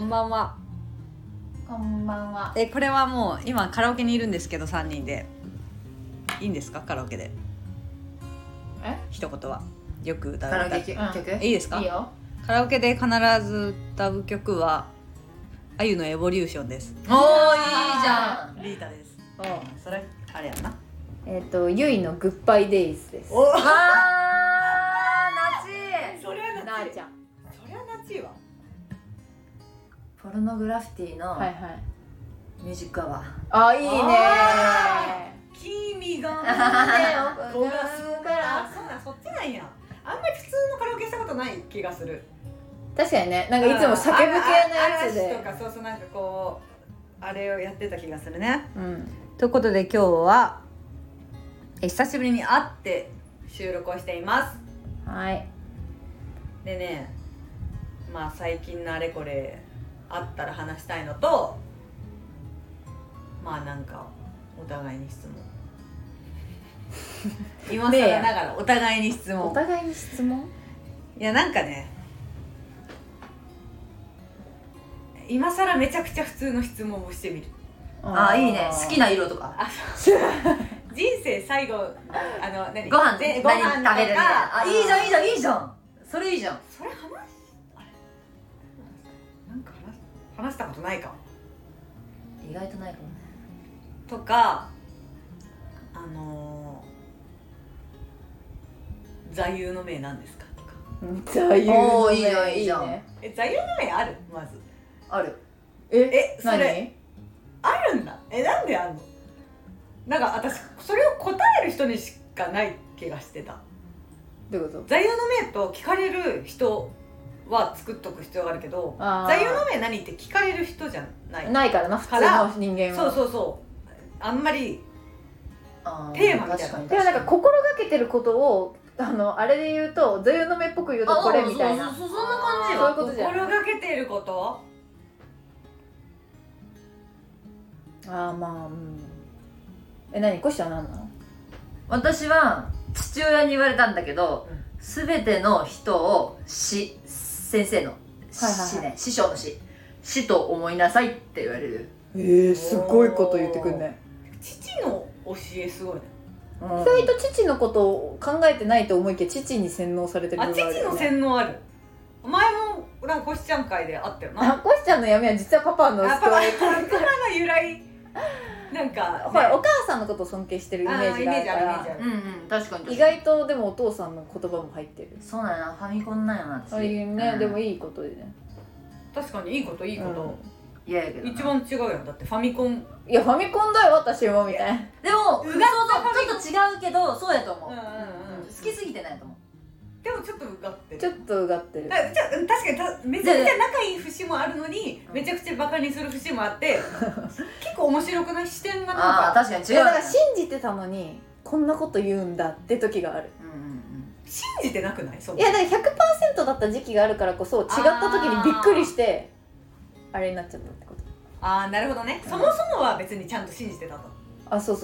んばんは。 こんばんは。 これはもう今カラオケにいるんですけど3人でいいんですか？カラオケで一言はよく歌うカラオケ曲、 いいですか？ いいよ。 カラオケで必ず歌う曲はあゆのエボリューションです。 おー、いいじゃん。 リータです。 おそれあれやな。 ゆいのグッバイデイズです。 おあー、なち。 それはなあちゃん。 それはナチいわ。 ポルノグラフィティのはいはい。 ミュージックアワー。 あ、いいね君がー。 そうなんそっちなんや。あんまり普通のカラオケしたことない気がする。 確かにね、なんかいつも叫ぶ系のやつで。 嵐とかそうなんかこうあれをやってた気がするね。 うん。 ということで今日は久しぶりに会って収録をしています。 はい。 でね、まあ最近のあれこれあったら話したいのと、まあなんかお互いに質問今更ながらお互いに質問。 お互いに質問？ いやなんかね、今更めちゃくちゃ普通の質問をしてみる。 あ、いいね。好きな色とか。 あ、そう人生最後何ご飯ご飯と食べるみたいな。 か。 あ、いいじゃんいいじゃんいいじゃん。それいいじゃん。 それあれなんか話したことないか意外とないかもね。 とか座右の銘なんですかとか。 座右の銘。 おー、いいじゃんいいじゃんね。 座右の銘ある？まずある。 それあるんだ。なんであんの？なんか私それを答える人にしかない気がしてた。 どういうこと？ 座右の銘と聞かれる人は作っとく必要があるけど、 あー座右の銘何って聞かれる人じゃないないからな、普通の人間は。 そうあんまりあー、 テーマみたいな。 確かにでもなんか心がけてることをあれで言うと座右の銘っぽく言うとこれみたいな。 そんな感じよ。 そういうことじゃん。 心がけていること。 ああ、まあ、うん。何？コシちゃん何なの？ 私は父親に言われたんだけど、すべての人を先生の師ね、師匠の師と思いなさいって言われる。 すごいこと言ってくんね。 父の教えすごいね。 意外と父のことを考えてないと思いきや父に洗脳されてる部分あるよね。 父の洗脳ある。前もなんかコシちゃん会であったよな。 コシちゃんの闇は実はパパのストーリー。 パパの由来なんか、ね、 ほらお母さんのことを尊敬してるイメージがあるから確かに意外とでもお父さんの言葉も入ってる。 そうなんやな、ファミコンなんやな私。 ね、でもいいことでね。 確かにいいこと、 いややけど一番違うやん。だってファミコン。 いやファミコンだよ私もみたいな。 でもうがちょっと違うけどそうやと思う。好きすぎてないと思う。 でもちょっとうがってる。 ちょっとうがってる。 確かにめちゃくちゃ仲いい節もあるのにめちゃくちゃバカにする節もあって結構面白くない視点がなんか。 確かに違う。 だから信じてたのにこんなこと言うんだって時がある。 信じてなくない？ いやだから 100% だった時期があるからこそ違った時にびっくりしてあれになっちゃったってこと。 ああ、なるほどね。そもそもは別にちゃんと信じてたと。 あ、そう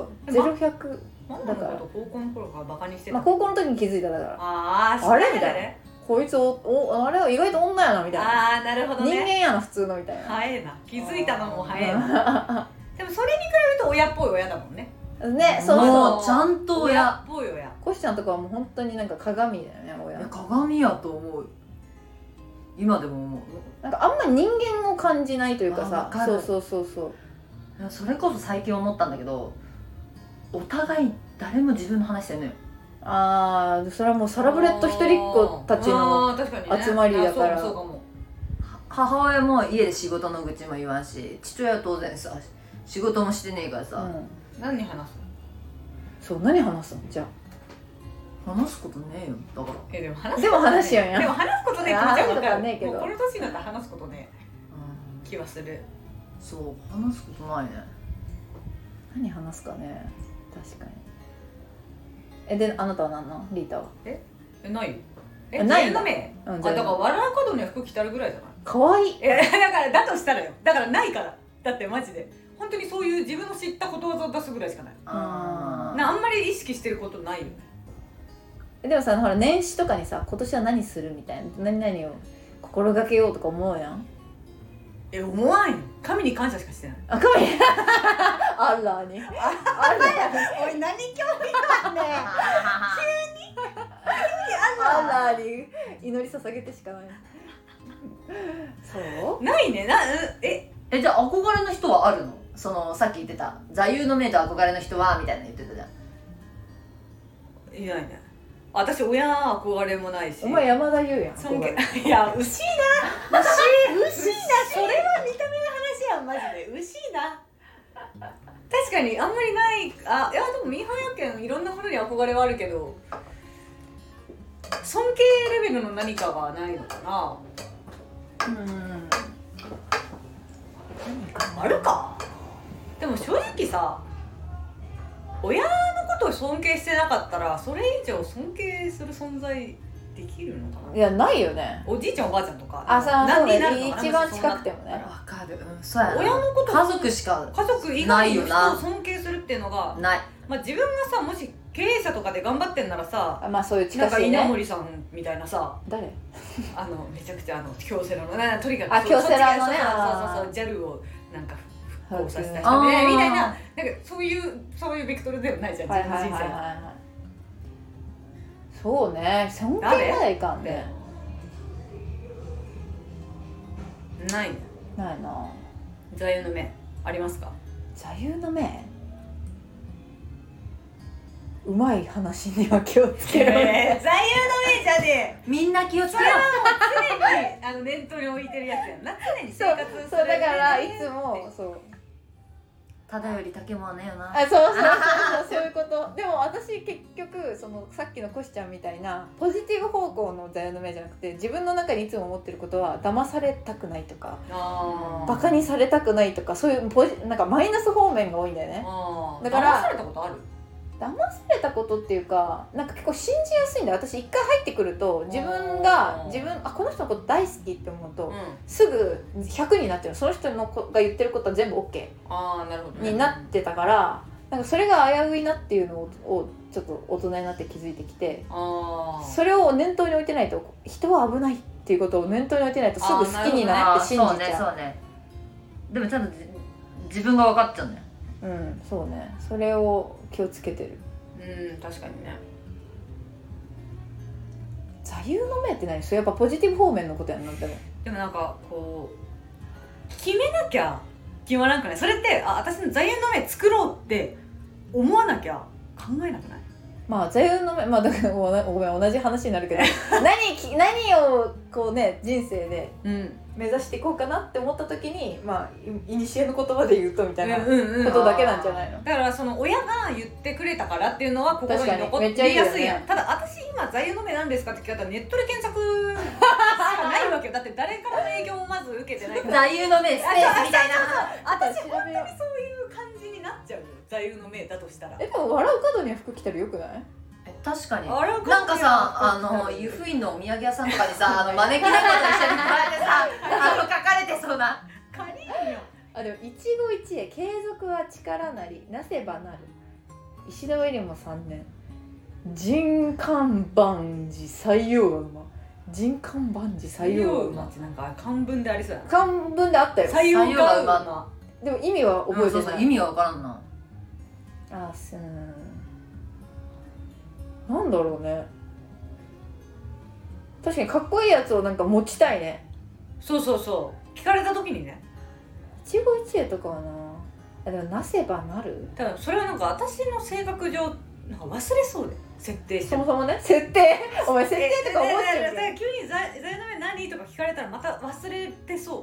0100 だから高校の頃からバカにしてた。 まあ高校の時に気づいただからあれみたいな。 こいつあれは意外と女やなみたいな。 ああ、なるほどね。 人間やな普通のみたいな。 早いな。気づいたのも早いな。でもそれに比べると親っぽい親だもんね。 ね、そうちゃんと親っぽい親。 コシちゃんとかはもう本当になんか鏡だよね親。 鏡やと思う。今でも思う。 なんかあんま人間を感じないというかさ。そうそれこそ最近思ったんだけど、お互い誰も自分の話してんのよ。 ああ、それはもうサラブレッド一人っ子たちの集まりだから。 そうかも。 母親も家で仕事の愚痴も言わんし、父親は当然さ仕事もしてねえからさ、 何話すの？ そう何話すの？じゃあ話すことねえよ。だからでも話しようやん。 でも話すことねえ気持ち悪いからねえけど、 もうこの年になったら話すことね気はする。 そう話すことないね。 何話すかね。確かに。であなたは何なの？リータは？ ないよ。 ないんだ。 だから笑う角には服着たるぐらいじゃない？ かわいい。 だからだとしたらよ。だからないから。だってマジで本当にそういう自分の知ったことわざを出すぐらいしかない。あんまり意識してることないよね。 でもさ、ほら年始とかにさ、今年は何するみたいな、何々を心がけようとか思うやん。 思わんよ。神に感謝しかしてない。 あ、かわいいアッラーにおい何興味あんねん。 アッラーに祈り捧げてしかないそうないね。 じゃあ憧れの人はあるの？そのさっき言ってた座右の銘と憧れの人はみたいなの言ってたじゃん。 いないね。私親憧れもないし。 お前山田優やん尊敬。 憧れいや牛な。牛な。それは見た目の話やんマジで。牛な。確かにあんまりない。いやでもミーハーやけんいろんなものに憧れはあるけど、尊敬レベルの何かがないのかな。あるか。でも正直さ、親のことを尊敬してなかったらそれ以上尊敬する存在できるのかな。 いやないよね。 おじいちゃんおばあちゃんとかそう何になるね、 のかな。 一番近くてもね。 わかる。そうやな。 親のこと家族しか家族以外の人を尊敬するっていうのがない。 まあ、自分がさもし経営者とかで頑張ってんならさ、 まあそういうなんか近しいね。 稲森さんみたいなさ、 誰？ めちゃくちゃ京セラのとにかく京セラのね、 そう JAL をなんか復興させた人みたいな、なんかそういうベクトルではないじゃん、自分の人生は。 そうね、尊敬までいかんね。 ないね。 ないな。 座右の銘ありますか？ 座右の銘？うまい話には気をつけろ。座右の銘じゃねえ。 みんな気をつけろ。 常に念頭に置いてるやつやんな。常に生活する。 そうだからいつもそう。 ただより竹もはねえよな。 そういうこと。でも私結局そのさっきのコシちゃんみたいなポジティブ方向の座右の銘じゃなくて、自分の中にいつも思ってることは騙されたくないとか、バカにされたくないとか、そういうなんかマイナス方面が多いんだよね。だから騙されたことある？ 騙されたことっていうか、なんか結構信じやすいんだよ。私一回入ってくると自分がこの人のこと大好きって思うと、すぐ100になっちゃう。その人のが言ってることは全部 OK になってたから、なんかそれが危ういなっていうのをちょっと大人になって気づいてきて、それを念頭に置いてないと、人は危ないっていうことを念頭に置いてないとすぐ好きになって信じちゃう。 そうね。でもちゃんと自分が分かっちゃうんだよ。 そうね。それを気をつけてる。 確かにね。 座右の銘って何？それやっぱポジティブ方面のことやんな。 でもなんかこう決めなきゃ決まらんくない？それって私の座右の銘作ろうって思わなきゃ考えなくない？ まあ座右の銘、まあだからごめん同じ話になるけど何をこうね人生で目指していこうかなって思った時に、まあいにしえの言葉で言うとみたいなことだけなんじゃないの？ だからその親が言ってくれたからっていうのは心に残ってやすいやん。ただ私今座右の銘なんですかって聞かれたらネットで検索しかないわけよ。だって誰からの影響もまず受けてないから。 座右の銘スペースみたいな。 私本当にそういう感じになっちゃうよ、座右の銘だとしたら。 でも笑う角には服着たらよくない？ 確かに。なんかさ、湯布院のお土産屋さんとかにさ、招き猫と一緒にこうやってさ、書かれてそうな。 カリーよ。 でも一期一会、継続は力なり、なせばなる。石田絵里も3年。人漢万事採用が馬。人漢万事採用が馬ってなんか漢文でありそうやな。 漢文であったよ。 採用が馬。 でも意味は覚えてない。 そう意味は分からんな。 なんだろうね。確かにかっこいいやつをなんか持ちたいね。 そう聞かれた時にね。 一期一会とかはな。でもなせばなる。 ただそれはなんか私の性格上なんか忘れそうで設定して。 そもそもね、設定お前設定とか思っちゃうじゃん。 急に座右の銘何とか聞かれたらまた忘れてそう。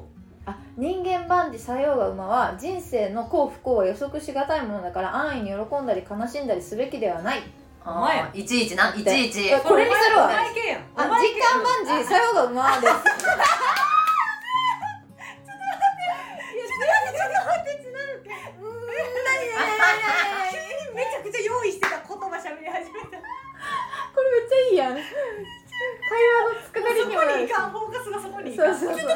人間万事採用が馬は人生の幸不幸は予測しがたいものだから安易に喜んだり悲しんだりすべきではない。 いちいちな、いちいち。 これにするわ。 お前系やん。 時間万事採用が馬です。ちょっと待って急にめちゃくちゃ用意してた言葉喋り始めた。 これめっちゃいいやん。会話のつくだりにもなるし。 フォーカスがそこに。 そう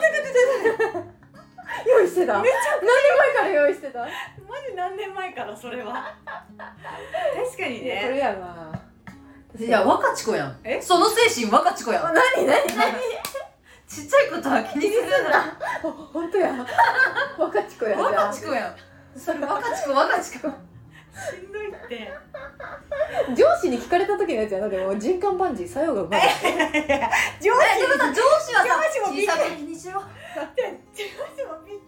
用意してた。何年前から用意してた。 マジ何年前からそれは。確かにね。 これやな。 いや若智子やん。その精神若智子やん。 何違ちっちゃいことは気にするな。 本当や若ちこやじゃ若あちこやん。それ若ちこ若ちこ。 しんどいって上司に聞かれた時のやつやな。でも人感バンジー作用がうまい上司でもさ上司はさ上司もびっくり小さめにしろ。 上司もびっ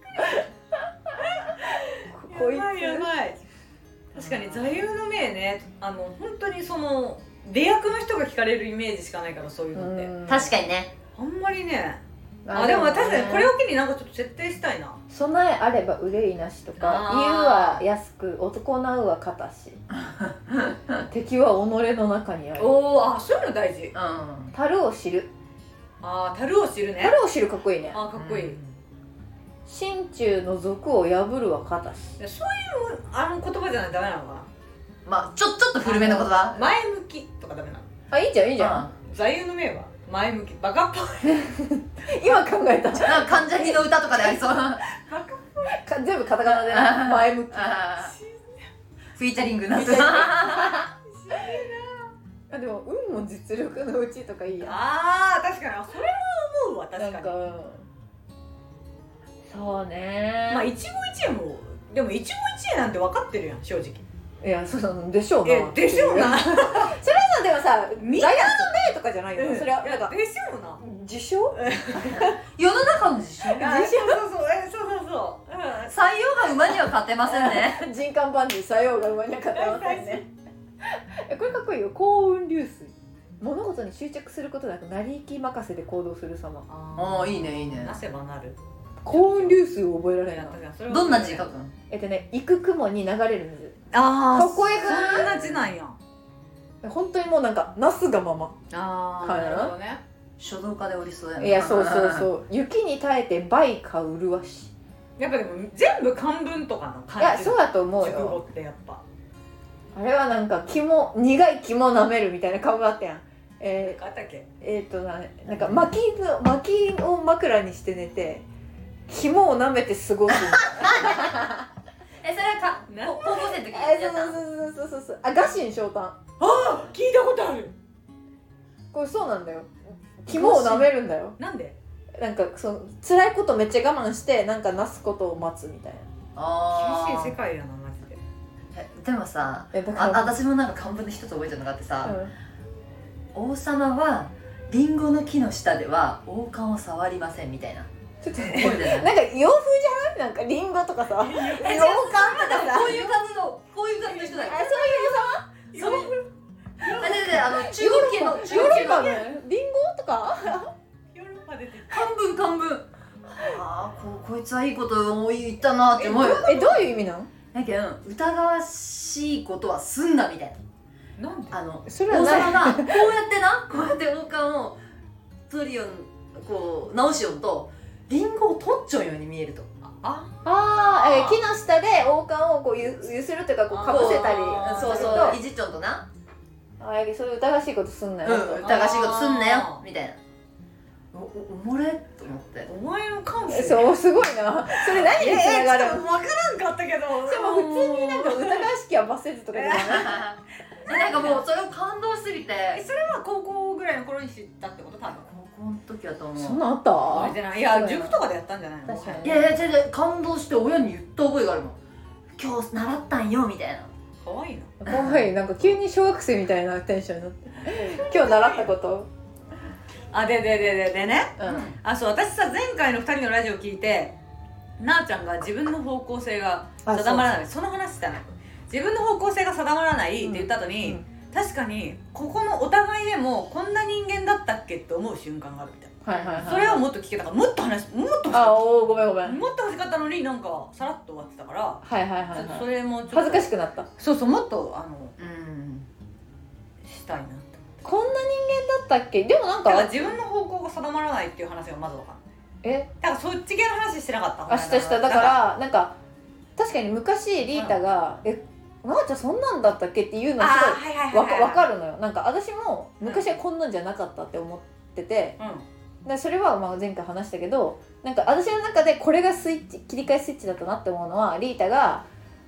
くこいりやばいやばい。確かに座右の銘ね、本当にその出役の人が聞かれるイメージしかないから、そういうのって確かにね。 あんまりね。でも確かにこれを機になんかちょっと設定したいな。 備えあれば憂いなしとか、 あー言うは安く男なうは堅し敵は己の中にある。 おお、あ、そういうの大事。 うん。 樽を知る。 ああ、樽を知るね。 樽を知るかっこいいね。 あー、かっこいい。 心中の賊を破るは堅し。 いやそういう言葉じゃないとダメなのかな。 まあちょっと古めの言葉。 前向きとかダメなの。 あ、いいじゃんいいじゃん。 座右の銘は前向き。バカっぽい。 今考えたなんか関ジャニの歌とかでありそう。 全部カタカナで前向き。 フィーチャリングになってあ、でも運も実力のうちとかいいや。 ああ、確かに。それは思うわ、確かに。 なんかそうね。 まあ一期一会も、でも一期一会なんて分かってるやん、正直。 いや、そうなんでしょうな。 でしょうな。 それはさ、でもさ、 みんな座右の銘とかじゃないよ。それはなんかでしょうな。 自称？ 世の中の自信。 そうそうそう。 採用が馬には勝てませんね。 人感バンジー作用が馬には勝てませんね。これかっこいいよ。幸運流水。物事に執着することなく成り行き任せで行動する様。 ああ、いいねいいねな。せばなる。 幸運流水を覚えられないな。 どんな字書くの？ 行く雲に流れる水。 あかっこよくない？ そんな字なんや。 本当にもうなんかなすがまま。 ああ、 はいなるほどね。 書道家でおりそうやな。 いや、そうそうそう。雪に耐えて梅花麗し。 やっぱでも全部漢文とかのい感じ。 や、そうだと思う熟語よ。 ってやっぱ。 あれはなんか苦い肝舐めるみたいな顔があったやん。 なんかあったっけ？ なんか薪を枕にして寝て肝を舐めて過ごす。 それは高校生の時にやった。 そう。あ、ガシン昇胆。 ああ、聞いたことある。 これそうなんだよ。肝を舐めるんだよ。 なんで？ なんかその辛いことめっちゃ我慢してなんかなすことを待つみたいあ厳しい世界やな、マジで。 でもさ、 な。だから私もなんか漢文で一つ覚えてるのがあってさ、 うん王様はリンゴの木の下では王冠を触りませんみたいな。 ちょっと覚えてないなんか洋風じゃない？なんかリンゴとかさ、洋館とかさ、 こういう感じの人だよ。 あ、そういうそういう中国系のヨーロッパのリンゴとか？ ヨーロッパ出てる。 漢文。ああ、こいつはいいことを言ったなって思うよ。 どういう意味なの？ だけど疑わしいことはすんなみたいな。 なんで？ それは王様ない。 がこうやって王冠を取りよん、こう直しよんとリンゴを取っちゃうように見えると。 木の下で王冠をこうゆするというかこうかぶせたりそうするとそう、いじっちょんとな、 そういう疑わしいことすんなよと。 疑わしいことすんなよみたいな。おもれと思って。 お前の感性。 そう、すごいな。それ何につながる？ 分からんかったけど。 でも普通になんか疑わしきは罰せずとかじゃない？ なんかもうそれを感動しすぎて。 それは高校ぐらいの頃に知ったってこと？多分。 高校の時だと思う。 そんなんあった？ あれじゃない。いや、塾とかでやったんじゃないの？ 確かにいや違う感動して親に言った覚えがあるもん。今日習ったんよみたいな。 可愛いな。 怖い。なんか急に小学生みたいなテンションになって今日習ったこと。 でね。 うんそう、私さ、前回の2人のラジオ聞いて、なあちゃんが自分の方向性が定まらない、その話したの。自分の方向性が定まらないって言った後に、確かにここのお互いでもこんな人間だったっけって思う瞬間があるみたいな。 はいはいはい。 それをもっと聞けたから、もっと欲しごめんごめん。 もっと欲しかったのに、なんかさらっと終わってたから、 はいはいはいちょっとそはい。 れもちょっと恥ずかしくなった。 そうもっとうん。 したいなって。 こんな人間だったっけ？でもなんかだから自分の方向が定まらないっていう話がまず分かんない。だからそっち系の話してなかった。 しただからなんか確かに昔リータがなあちゃんそんなんだったっけっていうのすごい分かるのよ。なんか私も昔はこんなんじゃなかったって思ってて、それはまあ前回話したけど、なんか私の中でこれが切り替えスイッチだったなって思うのは、リータが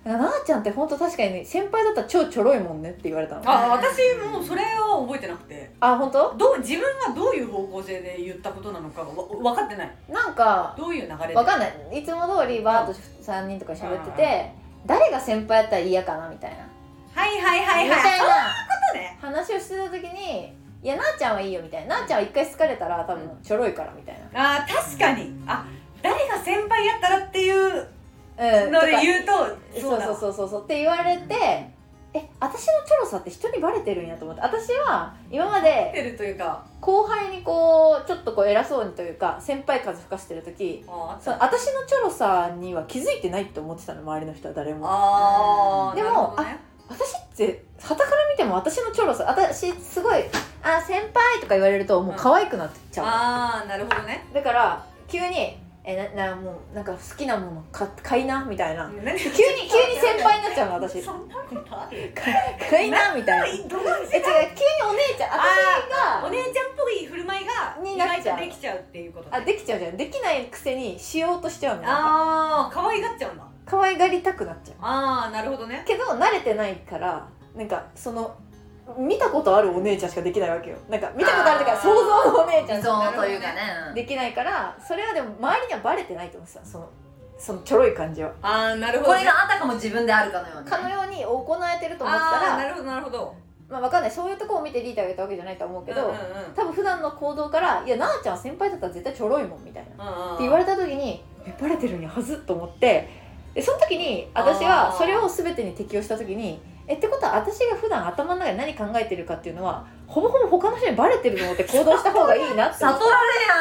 なあちゃんって本当確かに、ね、先輩だったら超ちょろいもんねって言われたの。 私もそれは覚えてなくて、 本当？ 自分がどういう方向性で言ったことなのかが分かってない。 なんかどういう流れで分かんない。いつも通りバーッと3人とか喋ってて、誰が先輩やったら嫌かなみたいな、 はいはいはいはい、 みたいなそういうことね。 話をしてた時に、いやなあちゃんはいいよみたいな、なあちゃんは一回好かれたら多分ちょろいからみたいな、 確かに、誰が先輩やったらっていううん、 ので言うと、 そうって言われて、私のチョロさって人にバレてるんやと思って、私は今までてるというか、 後輩にこうちょっとこう偉そうにというか先輩風吹かしてる時、その私のチョロさには気づいてないって思ってたの、周りの人は誰も。でも、私って傍から見ても私のチョロさ、私すごい先輩とか言われるともう可愛くなっちゃう、 なるほどね。 だから急にもうなんか好きなもの買いなみたいな、急に先輩になっちゃうの私。 そんなことある？ 買いなみたいな。違う、急にお姉ちゃん、私がお姉ちゃんっぽい振る舞いがになっちゃう、 できちゃうっていうことね。 できちゃうじゃん。できないくせにしようとしちゃうの。 可愛がっちゃうんだ。 可愛がりたくなっちゃう。 なるほどね。 けど慣れてないからなんかその見たことあるお姉ちゃんしかできないわけよ。なんか見たことあるとか想像のお姉ちゃんしかというかねできないから、それはでも周りにはバレてないと思ってた、そのちょろい感じは。 なるほど、 これがあたかも自分であるかのように、 かのように行えてると思ってたら、 なるほどなるほど。 まあ分かんない、そういうとこを見てリーダーが言ったわけじゃないと思うけど、多分普段の行動から「いやなあちゃんは先輩だったら絶対ちょろいもん」みたいなって言われた時にバレてるんやはずっと思って、でその時に私はそれを全てに適用した時にってことは私が普段頭の中で何考えてるかっていうのはほぼほぼ他の人にバレてると思って行動した方がいいなって悟られやん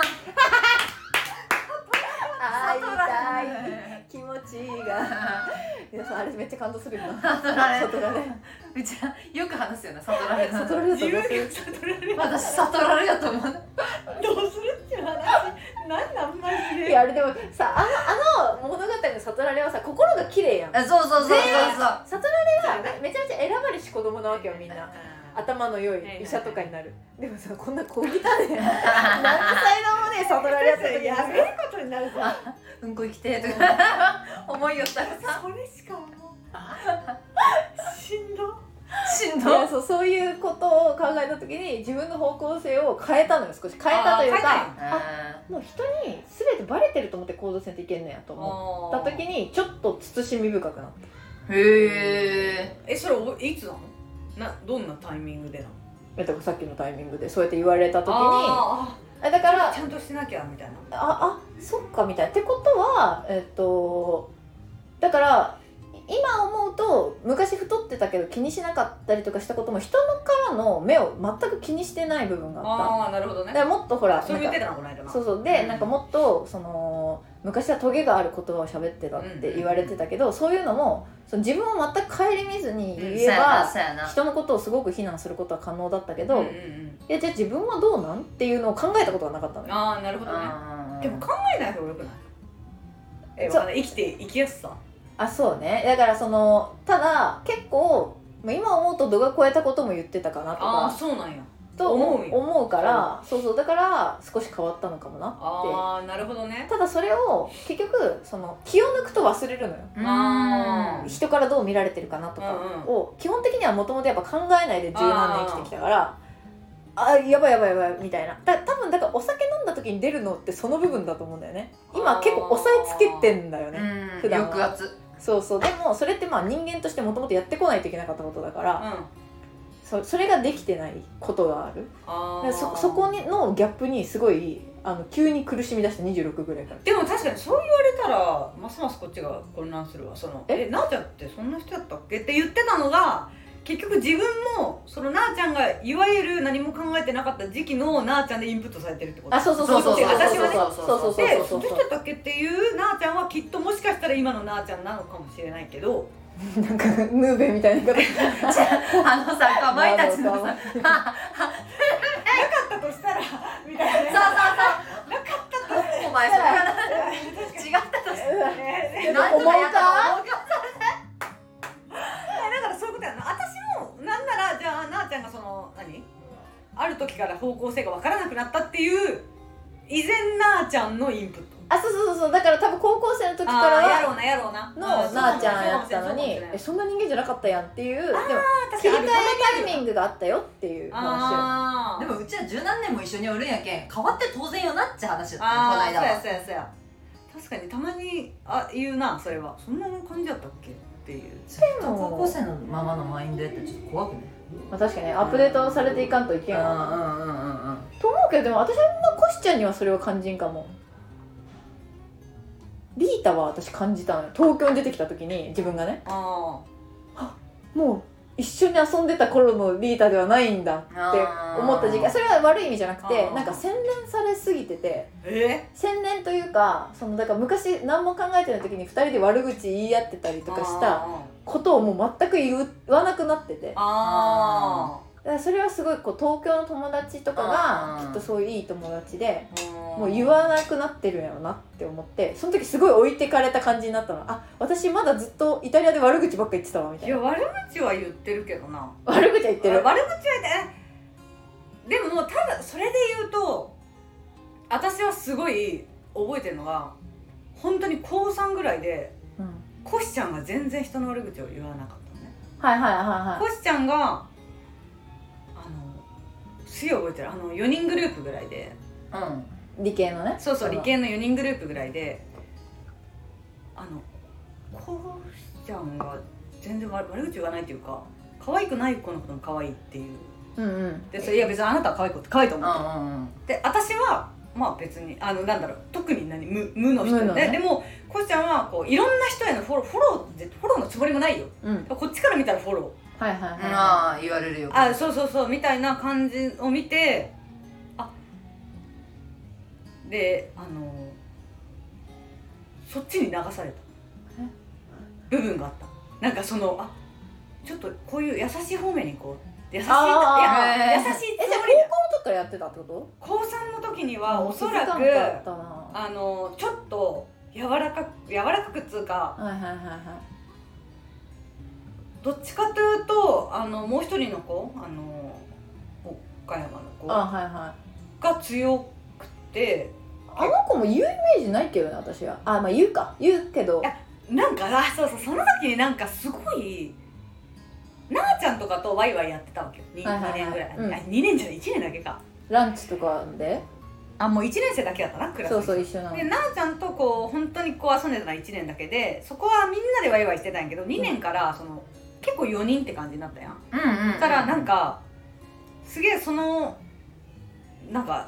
会いたい気持ちが皆さんあれめっちゃ感動するよな。 悟られ悟られめっちゃよく話すよな、悟られ悟られだと思う。 私悟られやと思う。 どうするっていう話なんなんマジで。 いやあれでもさ、あの物語の悟られはさ心が綺麗やん。 そう悟られはめちゃめちゃ選ばれし子供なわけよみんな。頭の良い医者とかになる。でもさ、こんな小汚ね何の才能もね悟られやった時にやべえことになるぞ。 うんこ生きてとか思いよったらさ、 それしか思う。しんど。 いやそういうことを考えた時に自分の方向性を変えたのよ。少し変えたというか、もう人に全てバレてると思って行動せんといけんのやと思った時にちょっと慎み深くなった。 へえ。 それいつなの？どんなタイミングでなの？ だからさっきのタイミングでそうやって言われた時に、だからちゃんとしてなきゃみたいな。 そっかみたいな。ってことはだから今思うと昔太ってたけど気にしなかったりとかしたことも人のからの目を全く気にしてない部分があった。 なるほどね。 だからもっとほらそう言ってたなこの間な。 そうで、なんかもっと昔はトゲがある言葉を喋ってたって言われてたけど、そういうのも自分を全く顧みずに言えば、人のことをすごく非難することは可能だったけど、いやじゃあ自分はどうなんっていうのを考えたことはなかったのよ。 なるほどね。でも考えない方がよくない？生きやすさ。 そうね。だからただ結構今思うと度が超えたことも言ってたかなとか。 そうなんや。 と思うから、そうだから少し変わったのかもなって。 なるほどね。 ただそれを結局気を抜くと忘れるのよ。人からどう見られてるかなとかを基本的にはもともとやっぱ考えないで十何年生きてきたから、やばいみたいな。多分だからお酒飲んだ時に出るのってその部分だと思うんだよね。今結構抑えつけてんだよね、普段は。 抑圧。 そうでもそれって人間としてもともとやってこないといけなかったことだから、それができてないことがある。そこのギャップにすごい急に苦しみ出して26ぐらいから。 でも確かにそう言われたらますますこっちが混乱するわ。なあちゃんってそんな人やったっけって言ってたのが結局自分もなあちゃんがいわゆる何も考えてなかった時期のなあちゃんでインプットされてるってこと。 そう私はねでその人やったっけっていうなあちゃんはきっともしかしたら今のなあちゃんなのかもしれないけどなんかヌーベみたいな言い方さかまいたちのさなかったとしたらみたいな。なかったとしたらお前それが違ったとしたら思うか。 だからそういうことやな。私もなんならじゃあなあちゃんがある時から方向性が分からなくなったっていう以前なあちゃんのインプットあ、そうだから多分高校生の時からやろうはなやろうなのなあちゃんやったのにそんな人間じゃなかったやんっていう、でも切り替えタイミングがあったよっていう話でもうちは十何年も一緒におるんやけん変わって当然よなって話だったね、この間は。 そうや確かにたまに言うな、それはそんな感じだったっけっていう。 ずっと高校生のままのマインドやったらちょっと怖くね。 まあ、確かにアップデートされていかんといけんわと思うけど、でも私はあんまコシちゃんにはそれは感じんかも。リータは私感じたのよ、東京に出てきた時に自分がね、もう一緒に遊んでた頃のリータではないんだって思った時期、それは悪い意味じゃなくて、なんか洗練されすぎてて、洗練というかだから昔何も考えてない時に2人で悪口言い合ってたりとかしたことをもう全く言わなくなってて、だからそれはすごいこう東京の友達とかがきっとそういういい友達でもう言わなくなってるんやろなって思って、その時すごい置いてかれた感じになったの。私まだずっとイタリアで悪口ばっか言ってたわみたいな。 いや悪口は言ってるけどな。 悪口は言ってる。 悪口は言ってでもただそれで言うと私はすごい覚えてるのが本当に高3ぐらいで、コシちゃんが全然人の悪口を言わなかったのね。コシちゃんがすげえ覚えてる、4人グループぐらいで、 理系のね、 そう理系の4人グループぐらいでコシちゃんが全然悪口言わないっていうか、可愛くない子のことも可愛いっていう、でそれいや別にあなたは可愛い子って可愛いと思ってで私はまあ別になんだろう、特に無の人で、でもコシちゃんはこういろんな人へのフォローのつもりもないよ、こっちから見たらフォロー言われるよ。 そうみたいな感じを見て、でそっちに流された部分があった。なんかちょっとこういう優しい方面にこう優しいつもり。 じゃあ高校の時からやってたってこと？ 高3の時にはおそらくちょっと柔らかくつうか、どっちかというともう一人の子岡山の子が強くて、 あの子も言うイメージないけどね私は。まあ言うけど、 なんかそうその時になんかすごいなあちゃんとかとワイワイやってたわけよ。2年ぐらい、2年じゃない1年だけか。 ランチとかでもう1年生だけだったな、クラス。 そう一緒なのでなあちゃんとこう本当にこう遊んでたのは1年だけで、そこはみんなでワイワイしてたんやけど、2年から結構4人って感じになったやん。だからなんかすげえなんか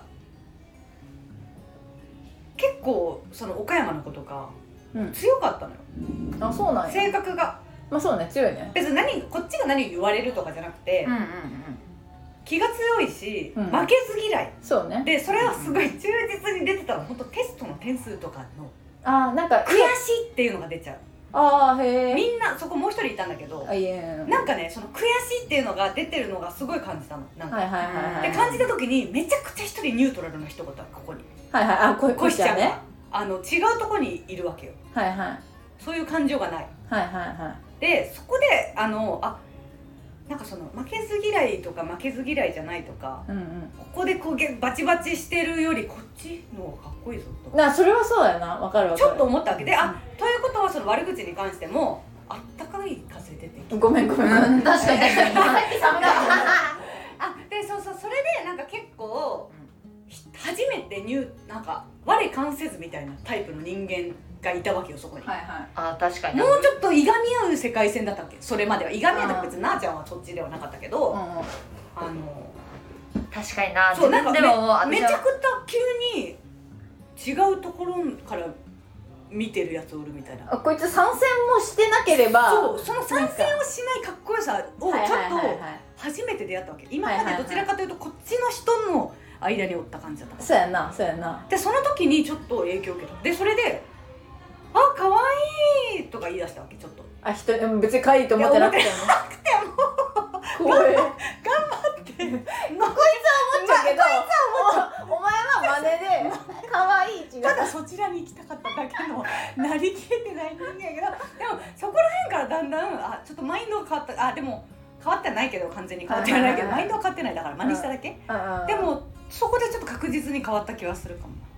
結構岡山の子とか強かったのよ。 そうなんや。 性格がそうね、強いね。 別にこっちが何言われるとかじゃなくて、気が強いし、負けず嫌い。 そうね。 でそれはすごい忠実に出てたの。本当テストの点数とかのなんか悔しいっていうのが出ちゃう。 へえ。 みんなそこもう一人いたんだけど、なんかね悔しいっていうのが出てるのがすごい感じたの。なんかで感じた時にめちゃくちゃ一人ニュートラルな一言がここに。コシちゃんが違うところにいるわけよ。そういう感情がない。でそこでなんか負けず嫌いとか負けず嫌いじゃないとか、ここでこうバチバチしてるよりこっちの方がかっこいいぞとそれはそうやな。分かるちょっと思ったわけで、ということは悪口に関してもあったかい風出てきて、 ごめん確かにさっき寒かったでそれでなんか結構初めてなんか我関せずみたいなタイプの人間がいたわけよ、そこに。 確かに。 もうちょっといがみ合う世界線だったっけ、それまでは。いがみ合うと別になあちゃんはそっちではなかったけど、 確かにな。 そうなんかめちゃくちゃ急に違うところから見てるやつおるみたいな。 こいつ参戦もしてなければ、 その参戦をしないかっこよさをちょっと初めて出会ったわけ。今までどちらかというとこっちの人の間におった感じだった。 そうやな。 でその時にちょっと影響を受けた。でそれで可愛いとか言い出したわけ。ちょっと別に可愛いと思ってなくても怖い。頑張ってこいつは思っちゃうけど、お前は真似で可愛い違う。 ただそちらに行きたかっただけのなりきれてない人間やけど、でもそこら辺からだんだんちょっとマインドが変わった。でも変わってないけど、完全に変わってないけどマインドは変わってない。だから真似しただけ。でもそこでちょっと確実に変わった気はするかも。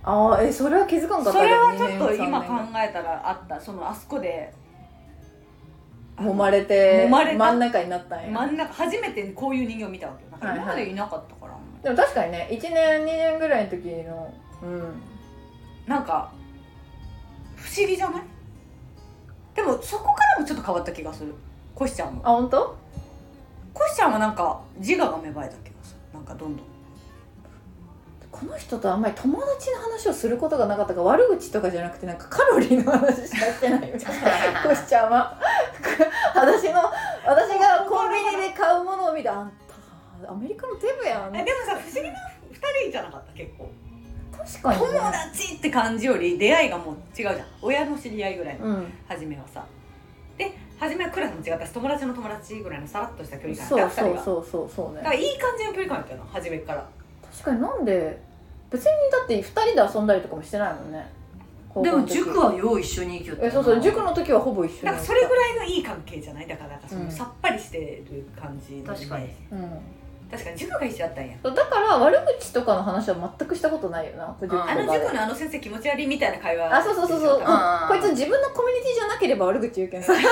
それは気づかんかった。 それはちょっと 2年今 3 考年えたらあった。あそこで揉まれて揉まれた真ん中になったんや。 真ん中初めてこういう人形を見たわけよ。なんか今までいなかったから、 でも確かにね、1年2年ぐらいの時のなんか不思議じゃない？でもそこからもちょっと変わった気がする。コシちゃんも。 本当？ コシちゃんはなんか自我が芽生えた気がする。なんかどんどんこの人とあんまり友達の話をすることがなかったから、悪口とかじゃなくてなんかカロリーの話しかしてないみたいな。コシちゃんは私がコンビニで買うものを見て、あんたアメリカのデブやん。 でもさ、不思議な2人じゃなかった？結構確かに、ね、 友達って感じより出会いがもう違うじゃん。親の知り合いぐらいの、初めはさ。で初めはクラスも違ったし、友達の友達ぐらいのさらっとした距離感だった2人が。 そうね。 だからいい感じの距離感だったよな、初めから。 確かに。なんで別にだって2人で遊んだりとかもしてないもんね。 でも塾はよう一緒に行きよったよな。 そう塾の時はほぼ一緒に。 なんかそれぐらいのいい関係じゃない？だからそのさっぱりしてる感じのイメージ。確かに塾が一緒だったんや。 だから悪口とかの話は全くしたことないよな。塾塾のあの先生気持ち悪いみたいな会話。 そうこいつ自分のコミュニティじゃなければ悪口言うけど。 そう自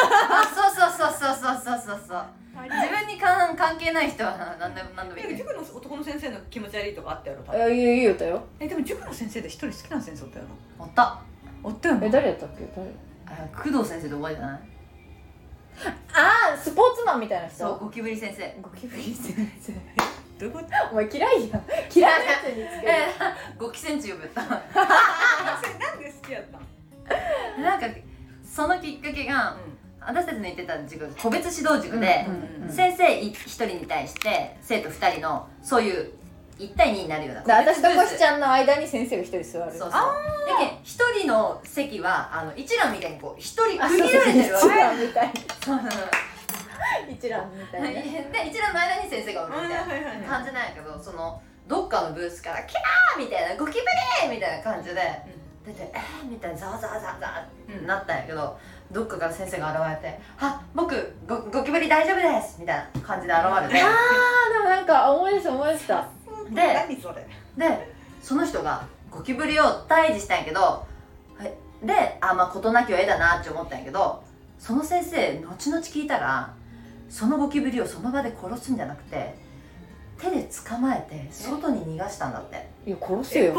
分に関係ない人は何でもいい。 塾の男の先生の気持ち悪いとかあったやろ。 言うたよ。 でも塾の先生で一人好きな先生おったよな。 おったよな。 誰やったっけ？ 工藤先生って覚えてない？ スポーツマンみたいな人。 そう、ゴキブリ先生。 ゴキブリ先生。 どういうこと？ お前嫌いやん。嫌いなやつにつける。 ゴキセンチ呼ぶった。 なんで好きやったん？ なんかそのきっかけが、私たちの行ってた塾、個別指導塾で、先生1人に対して生徒2人のそういう1対2になるような。 私とコシちゃんの間に先生が1人座る。 そう。だけ1人の席は一覧みたいにこう1人区切られてるわけ。 一覧みたい。一覧みたいな。 で一覧の間に先生がおるみたいな感じなんやけど、そのどっかのブースからキャーみたいな、ゴキブリみたいな感じで出て、みたいなザワザワザワザワってなったんやけど、どっかから先生が現れて、僕ゴキブリ大丈夫ですみたいな感じで現れて、 でもなんか思い出した何それでその人がゴキブリを退治したんやけど、で事なきを得だなって思ったんやけど、その先生後々聞いたら、そのゴキブリをその場で殺すんじゃなくて手で捕まえて外に逃がしたんだって。 いや殺せよ。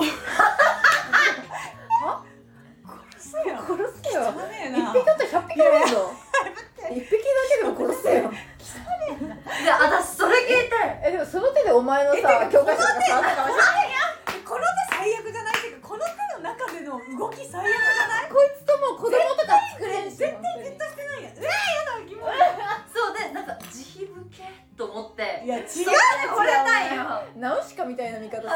殺せよ。 一匹だったら100匹いるぞ。一匹だけでも殺せよ。 で私それ聞いて、 でもその手でお前のさ教科書とか触ったかもしれない。 この手最悪じゃないっていうか、この手の中での動き最悪じゃない？ こいつとも子供とか作れんし。 絶対じっとしてないやん。やだキモい。 そうでなんか慈悲深と思って、 いや違う。 それで惚れたんよ。 ナウシカみたいな見方する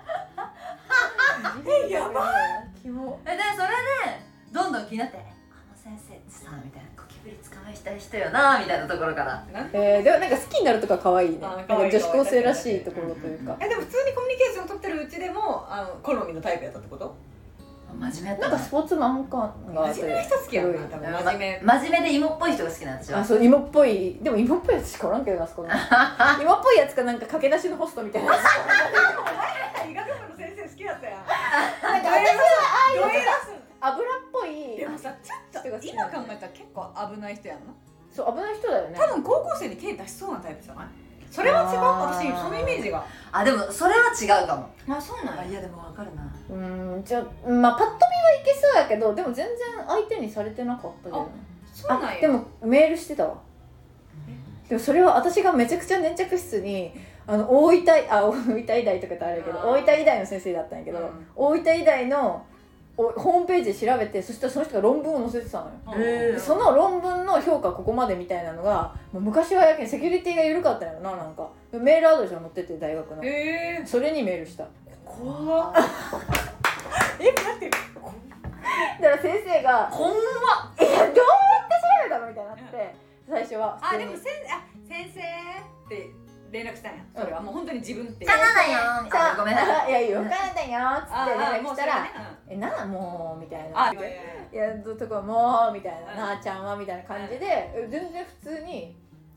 やん。 やばキモ。 でそれでどんどん気になって、先生ってさみたいな、ゴキブリ捕まえしたい人よなみたいなところから。 でもなんか好きになるとか可愛いね。なんか女子高生らしいところというか。 でも普通にコミュニケーションを取ってるうちでも好みのタイプやったってこと？ 真面目やった。 なんかスポーツマン感があって。 真面目な人好きやんな。多分真面目で芋っぽい人が好きなんですよ。 そう芋っぽい。でも芋っぽいやつしかおらんけどな、そこの。芋っぽいやつかなんか駆け出しのホストみたいな。 医学部の先生好きだったやん。 なんか私はああいう油っぽい。 でもさ、ちょっと今考えたら結構危ない人やんな。 そう危ない人だよね。 多分高校生に手出しそうなタイプじゃない？それは違う。私そのイメージが。 でもそれは違うかも。 そうなんや。 いやでも分かるな。 じゃあパッと見はいけそうやけど、でも全然相手にされてなかったけどね。 そうなんや。 でもメールしてたわ。でもそれは私がめちゃくちゃ粘着室に大分医大とかってあるけど、大分医大の先生だったんやけど、大分医大のホームページで調べて、そしたらその人が論文を載せてたのよ。その論文の評価ここまでみたいなのが、もう昔はやけんセキュリティが緩かったんやろな。なんかメールアドレスが載ってて、大学のそれにメールした。 怖っ。待って、 だから先生がほんまどうやって調べたのみたいになって、最初はでも先生って連絡したんや。それはもう本当に自分って。 カナダよみたいな。ごめんなさい。 いやいいよ、カナダよっつって連絡したら、もうみたいな。いやとかもうみたいな、なあちゃんはみたいな感じで、全然普通に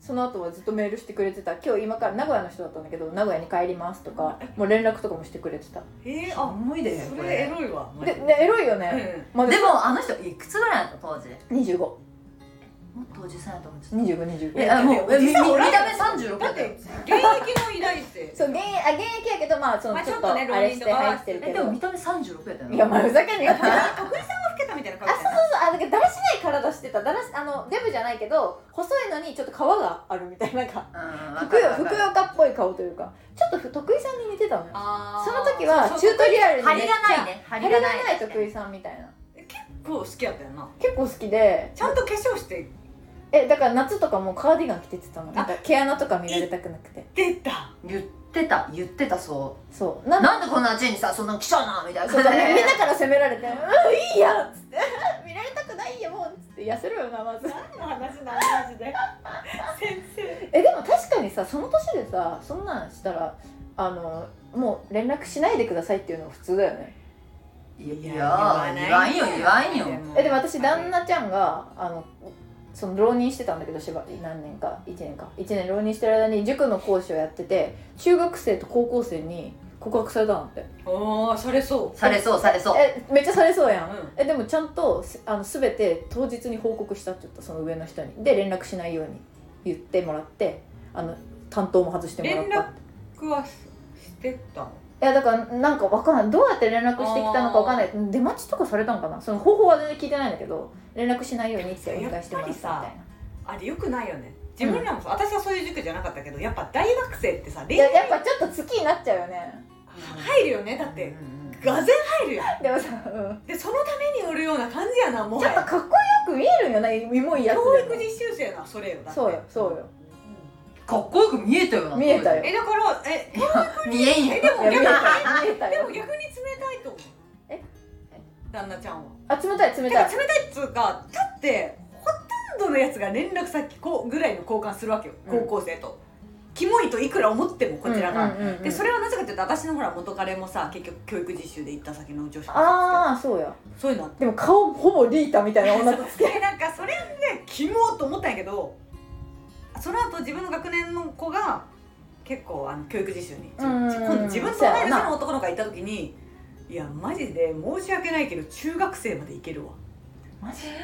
その後はずっとメールしてくれてた。今日今から名古屋の人だったんだけど、名古屋に帰りますとかもう連絡とかもしてくれてた。 あ、 重いでそれエロいわ。 でエロいよね、まあ、 でもあの人いくつぐらいだった当時？ 25。 もっとおじさんやと思ってた。 25。 もう見た目36 だってだったよ。 現役の医大生。 そう現役やけど、まあそのまあちょっとあれして入ってるけど、 でも見た目36やったよね。 いやまあふざけんなよ。 徳井さんが老けたみたいな顔してた。 だからだらしない体してた。デブじゃないけど細いのにちょっと皮があるみたいな、なんかふくよかっぽい顔というか、ちょっと徳井さんに似てたのよ。その時はチュートリアルに張りがないね。 張りがない徳井さんみたいな。 結構好きやったよな。 結構好きで、 ちゃんと化粧してだから夏とかもカーディガン着てってたの。なんか毛穴とか見られたくなくて。 出た。 言ってた。 そうなんでこんなチェンにさそんな来ちゃうなみたいな。 そうだね、みんなから責められて「いいや」っつって「見られたくないよもう」っつって痩せろよなまず。 何の話なのマジで。先生。 でも確かにさ、その年でさそんなんしたらもう連絡しないでくださいっていうのが普通だよね。 いや言わんよ。 でも私旦那ちゃんがその浪人してたんだけど、何年か1年浪人してる間に塾の講師をやってて、中学生と高校生に告白されたんだって。 ああ、されそう。 めっちゃされそうやん、でもちゃんと全て当日に報告したって言った、その上の人に。で連絡しないように言ってもらって、担当も外してもらったって。 連絡はしてたの？ いやだからなんか分かんない、どうやって連絡してきたのか分かんない。出待ちとかされたのかな、その方法は全然聞いてないんだけど、連絡しないようにってお願いしてもらったみたいな。 あれよくないよね。自分らもさ、私はそういう塾じゃなかったけど、やっぱ大学生ってさ、 やっぱちょっと好きになっちゃうよね。 入るよね。だってがぜ入るよ。 でもさ、 でそのためにおるような感じやな。もうちょっとかっこよく見えるんよな、イモいやつでも。 教育実習生な、それよ。だってそうよかっこよく見えたよな。 見えたよ。 だから見えんよ。 でも逆に見えたよ。 冷たいと思う。旦那ちゃんは冷たい冷たいっつうか、だってほとんどのやつが連絡先ぐらいの交換するわけよ、高校生と。キモいといくら思ってもこちらが。でそれはなぜかというと、私のほら元彼もさ、結局教育実習で行った先の女子高生。 ああそうや。 そういうのあって、 でも顔ほぼリータみたいな女とつけなんかそれでキモと思ったんやけど、その後自分の学年の子が結構教育実習に、今度自分と同い年の男の子が行った時に、いやマジで申し訳ないけど中学生までいけるわ。 マジ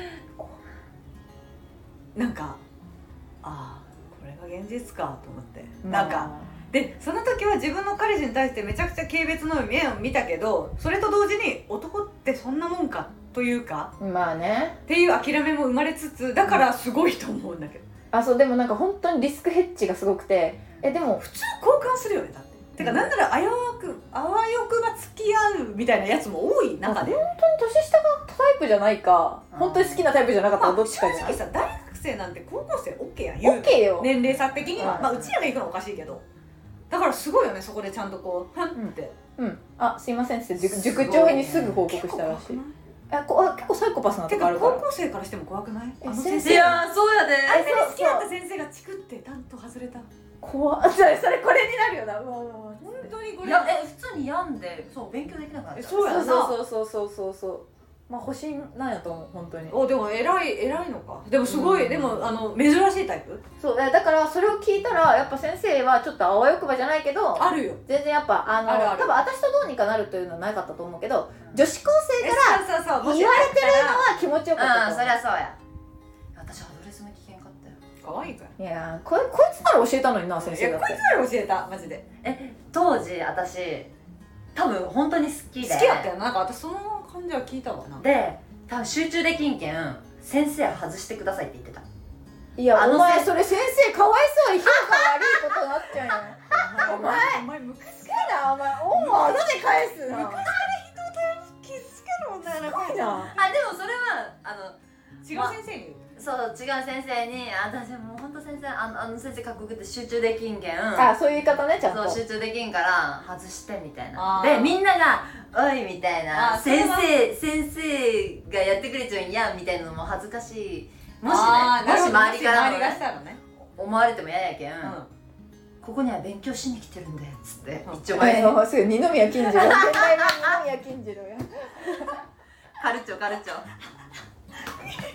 なんかこれが現実かと思って、なんかでその時は自分の彼氏に対してめちゃくちゃ軽蔑の目を見たけど、それと同時に男ってそんなもんかというか、 まあねっていう諦めも生まれつつ、だからすごいと思うんだけど。 そうでもなんか本当にリスクヘッジがすごくて、でも普通交換するよね。だっててか、なんならあわよくば付き合うみたいなやつも多い中で、 本当に年下がタイプじゃないか、本当に好きなタイプじゃなかったらどっちかじゃない。 正直さ、大学生なんて高校生 OK やん、言う OK よ。 年齢差的には、うちらが行くのはおかしいけど、だからすごいよね。そこでちゃんとこうふんって、すいませんって塾長にすぐ報告したらしい。結構サイコパスなとこあるから。高校生からしても怖くない？ 先生、 いやそうやで。 好きだった先生がチクって担当外れた。 怖っ。それこれになるよな。 本当にこれ。 普通に病んで、そう勉強できなくなった。 そうやな。 そう。まあ保身なんやと思う本当に。 でも偉いのか。でもすごい、でも珍しいタイプ。 そうだからそれを聞いたらやっぱ先生はちょっとあわよくばじゃないけど、 あるよ。 全然やっぱ多分私とどうにかなるというのはなかったと思うけど、女子高生から言われてるのは気持ちよかった。 そりゃそうや。私アドレスも聞けんかったよ。 可愛いかよ。 いやこいつなら教えたのにな、先生だって。 こいつなら教えた、マジで。 当時私多分本当に好きで。 好きだったよ。なんか私その感じは聞いたわな。 で多分集中できんけん先生外してくださいって言ってた。 いやお前それ先生かわいそうに評価悪いことになっちゃうよ。お前ムカつけな、お前後で返すな。 ムカつかれ人と傷つける女やな。 すごいな。 でもそれは違う先生に言う。 そう、違う先生に私もう本当先生先生かっこよくて集中できんけん、 そういう言い方ね、ちゃんと。 そう集中できんから外してみたいな。でみんながおいみたいな、先生がやってくれちゃうんやみたいなのも恥ずかしい。もし周りからもね思われても嫌やけん、ここには勉強しに来てるんだよっつって一応前にすぐ二宮金次郎、現代版二宮金次郎や。 カルチョ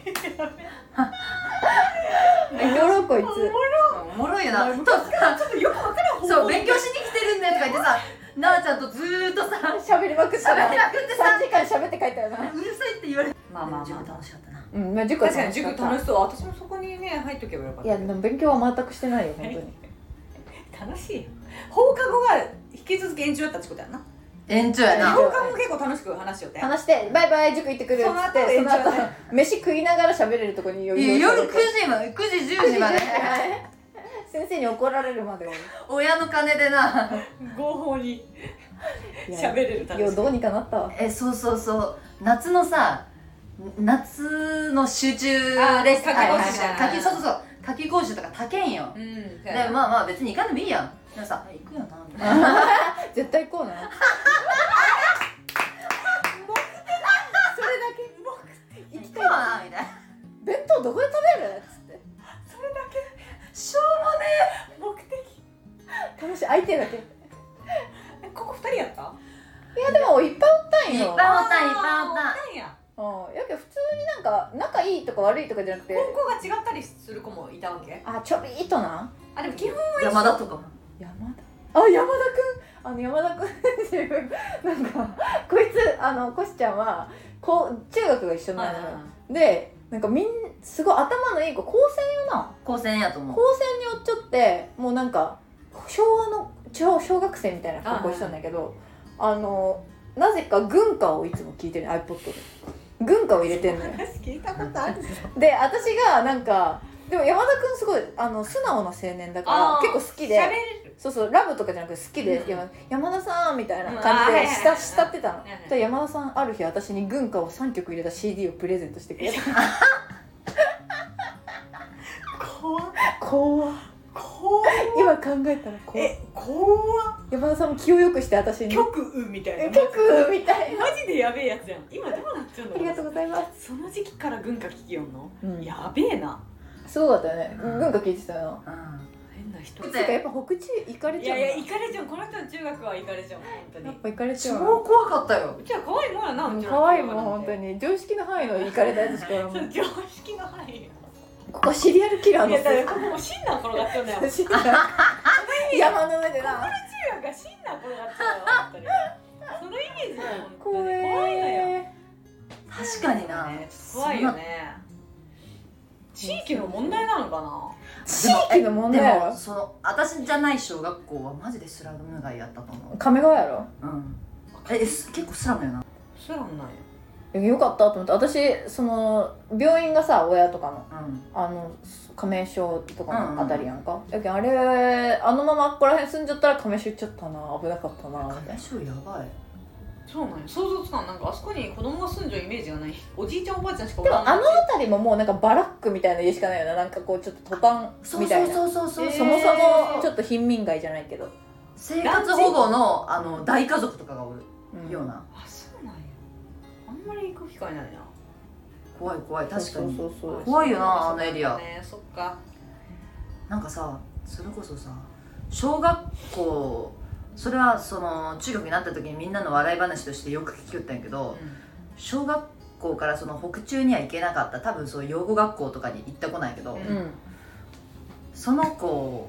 おもろこいつ。 おもろいよな。とかちょっとよくわからん。 そう勉強しに来てるんだよとか言ってさ、なあちゃんとずーっとさ喋りまくったら喋りまくってさ 3時間喋って帰ったよな。 うるさいって言われて、 まあまあまあ授業楽しかったな。 うん、まあ塾は確かに塾楽ししそう。私もそこにね入っとけばよかった。 いやでも勉強は全くしてないよ本当に。 楽しいよ。放課後は引き続き延長だったってことやんな。 延長やな。 放課後も結構楽しく話しよって。 話してバイバイ塾行ってくるっつって、その後飯食いながら喋れるとこに夜9時まで9時10時まで先生に怒られるまで親の金でな。 合法に喋れる楽しみ。 よどうにかなったわ。 そうそうそう、夏のさ、夏の集中で夏期講習じゃないそうそうそう、夏期講習とか高いんよ。 うん。 でまあまあ別に行かんでもいいやん。でもさ、行くよなみたいな。 絶対行こうな。それだけ行くわなみたいな。 弁当どこで食べるっつってそれだしょうもねけ目的。 楽しい相手だけ。いここ2人やった？ やでもいっぱいおったんよ。 いっぱいおったいっぱいおった。 なんや。 うん、やけど普通になんか仲いいとか悪いとかじゃなくて、 高校が違ったりする子もいたわけ？ あちょびーっとな。 あでも基本は一緒。 山田とかも。 山田、あ山田くん、山田くん自分なんかこいつコシちゃんは中学が一緒なのよ。でなんかすごい頭のいい子、高専よな。 高専やと思う。 高専におっちょってもうなんか昭和の小学生みたいな格好したんだけど、なぜか軍歌をいつも聴いてる iPod で軍歌を入れてんのよ。 話聞いたことある。 で私がなんかでも山田くんすごい素直な青年だから結構好きで、 喋れる。 そうそうラブとかじゃなくて好きで、 うん山田さんみたいな感じで慕ってたの。 はいはいで山田さんある日私に軍歌を3曲入れた CD をプレゼントしてくれた。 怖っ怖っ、 怖っ。 今考えたら怖っ。 怖っ。 山田さんも気をよくして私に極右みたいな。 曲みたいな。 マジでやべえやつやん。今どうなっちゃうの？ ありがとうございます。 その時期から軍歌聴きよんの？ うんやべえな。 すごかったよね。軍歌聴いてたよな。 変な人。 てかやっぱ北中行かれちゃうな。 いやいや行かれちゃう。この人の中学は行かれちゃう本当に。 やっぱ行かれちゃうな。 超怖かったよ。 うちは可愛いもんやな。うちの可愛いもん中学なんて本当に常識の範囲の行かれたやつしかおらんもん。 常識が入るよ。 ここシリアルキラーのいやだからここもうシンナー転がっちゃうんだよ。中シリアル山の上でな。 学がシンナー転がっちゃうよ本当に。そのイメージだよ本当に。 怖怖いのよ。 い。 確かにな。 怖いよね。地域の問題なのかな。 地域の問題やろ。 でも私じゃない小学校はマジでスラム街やったと思亀川やろ。 う。うん。結構スラムやな。 スラムなんや。 よかったと思って。私病院がさ親とかのうん。 亀庄とかのあたりやんか。だけどあれままここら辺住んじゃったら亀庄行っちゃったな、危なかったなみたいな。 大将やばい。 そうなんや。想像つかん。なんかあそこに子供が住んじゃうイメージがない。おじいちゃんおばあちゃんしかおでもらんない。 辺りももうなんかバラックみたいな家しかないよな。なんかこうちょっとトタンみたいな。 そうそもそもえーちょっと貧民街じゃないけど、 生活保護の大家族とかがおるような。 あ、そうなんや。あんまり行く機会ないな。 怖い怖い、確かにそうそうそう怖いよなあのエリア。 ね、そっか。 なんかさ、それこそさ、小学校、それは中学になった時にみんなの笑い話としてよく聞きよったんやけど、小学校から北中には行けなかった、多分そう養護学校とかに行った子なんやけど、 うんその子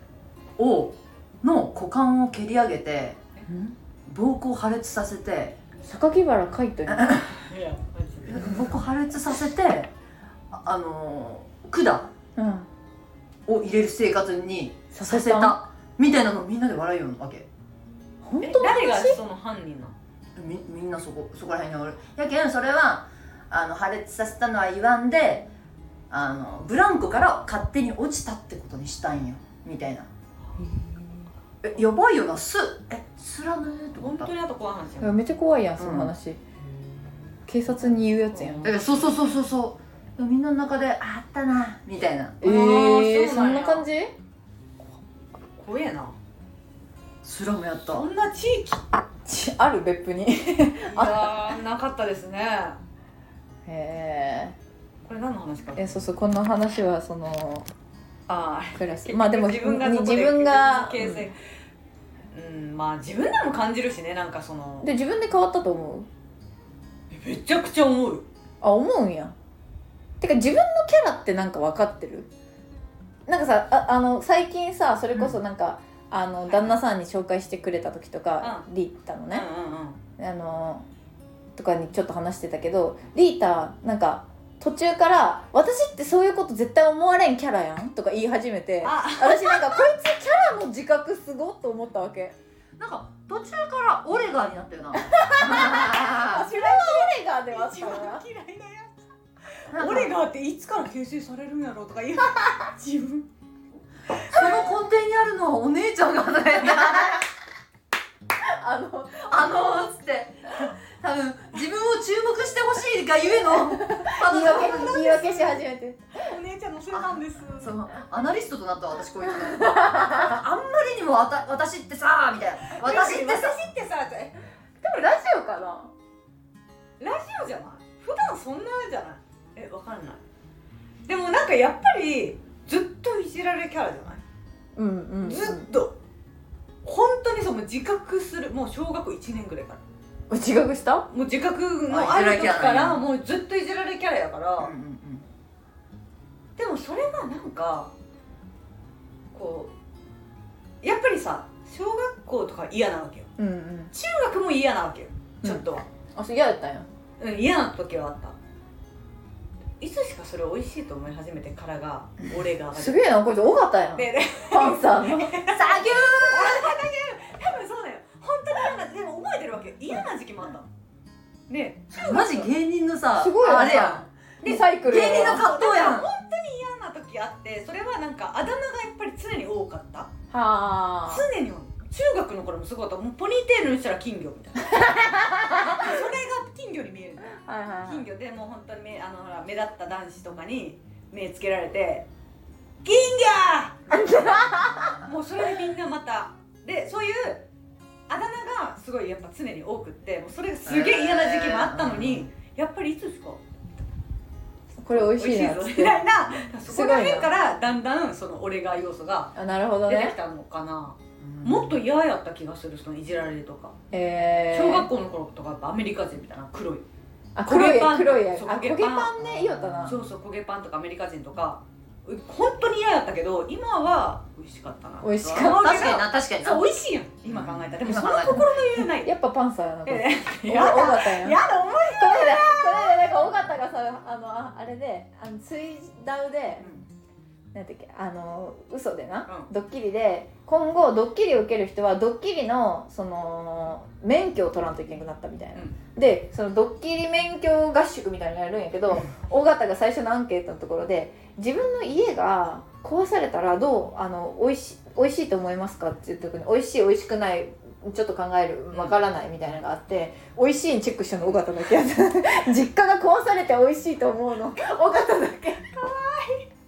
の股間を蹴り上げて膀胱破裂させて、 榊原海人にいや、マジで。 膀胱破裂させて管うんを入れる生活にさせさせたみたいなのをみんなで笑いようわけ。 本当の誰が話？ その犯人なの？ みんなそこら辺におるやけん、それは破裂させたのは言わんでブランコから勝手に落ちたってことにしたんよみたいな。やばいよな。スラムと思った。 本当にあと怖い話いややん。 めっちゃ怖いやんその話、警察に言うやつやん。 そうみんなの中であったなみたいな。 そんな感じ？ 怖えな。 スラムやった。 そんな地域ある別府に。 いやーなかったですね。 へえ。 これ何の話か。 そうこの話はあクラス。まあでも自分が形成まあ自分でも感じるしね、なんかで自分で変わったと思う？ めちゃくちゃ思う。 あ、思うんや。 てか自分のキャラってなんか分かってる？なんかさ最近さそれこそなんか、旦那さんに紹介してくれた時とか、リータのね、とかにちょっと話してたけど、リータなんか途中から私ってそういうこと絶対思われんキャラやんとか言い始めて、私なんかこいつキャラの自覚すごっと思ったわけ。 なんか途中からオレガーになったよな。 それはオレガーではあったよな。 嫌いなやつ。オレガーっていつから形成されるんやろうとか言う自分。 その根底にあるのはお姉ちゃんがね。つって多分自分を注目してほしいがゆえの言い訳し始めて、 お姉ちゃんのせいなんです。 そうアナリストとなった私こいつあんまりにも私ってさみたいな、私ってさでもラジオかな、 ラジオじゃない？普段そんなじゃない？わかんない。でもなんかやっぱりずっといじられキャラじゃない？ずっと本当にそう、もう自覚する、もう小学校1年ぐらいから自覚した？ もう自覚のある時からもうずっといじられキャラやから、でもそれがなんかこうやっぱりさ、小学校とか嫌なわけよ、中学も嫌なわけよ、ちょっとは。 あ、そう嫌だったんや。 嫌な時はあった。いつしかそれ美味しいと思い始めてからが俺がすげえな、こいつ尾形やん。パンさんのサギュー多分そうだよ。本当に嫌な、でも覚えてるわけ。嫌な時期もあったね。 マジ芸人のさ、 すごいあれやん、 リサイクル芸人の葛藤やん。 本当に嫌な時あって、それはなんかあだ名がやっぱり常に多かった。 はあ。 常に中学の頃もすごかった。もうポニーテールにしたら金魚みたいなそれが金魚に見える。金魚でもう本当にほら目立った男子とかに目つけられて金魚もうそれでみんなまたで、そういうあだ名がすごいやっぱ常に多くって、もうそれがすげえ嫌な時期もあったのに、やっぱりいつですかこれ美味しいなみたいな、そこら辺からだんだんその俺が要素が出てきたのかな。もっと嫌やった気がする、そのいじられるとか。小学校の頃とかやっぱアメリカ人みたいな黒い黒い焦げパンね、いいよったな。 そうそう、焦げパンとかアメリカ人とか本当に嫌やったけど、今は美味しかったな。 美味しかった。 確かにな、確かにな。 そう美味しいやん今考えたら。でもその心の余裕ないやっぱパンサーやな。 やだ尾形やん。 やだ、思いこれでなんか尾形がさ、あれで水ダウで、なんだっけ、嘘でな、ドッキリで今後ドッキリを受ける人はドッキリのその免許を取らんといけなくなったみたいな、でそのドッキリ免許合宿みたいなのやるんやけど、尾形が最初のアンケートのところで自分の家が壊されたらどう美味しいと思いますかって言った時に、美味しい美味しくないちょっと考えるわからないみたいなのがあって、美味しいにチェックしたの尾形だけやった実家が壊されて美味しいと思うの尾形だけ。かわいい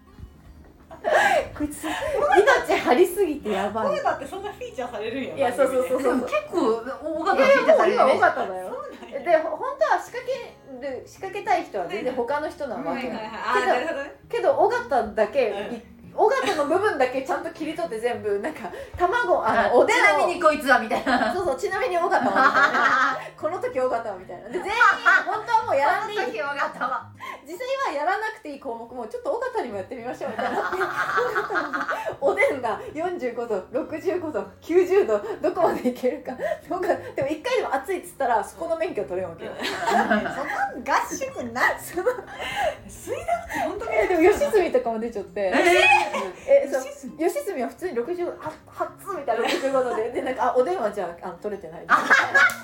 こいつ命張りすぎてやばい。 だってそんなフィーチャーされるんや。 いや、そう結構尾形フィーチャーされるよね。 今尾形だよ。で本当は仕掛けたい人は全然他の人なわけよ。けど尾形だけ、尾形の部分だけちゃんと切り取って全部なんか卵おちなみにこいつはみたいな。 そうちなみに尾形はみたいなこの時尾形はみたいなで、全員本当はもうやらんでいい尾形は実際はやらなくていい項目もちょっと尾形にもやってみましょうみたいなおでんが45度65度90度どこまでいけるかでも一回でも熱いっつったらそこの免許取れるわけよそんな合宿ない水道って本当にでも吉住とかも出ちゃって吉住は普通に60度熱みたいな65度でなんかおでんはじゃあ取れてないみたいな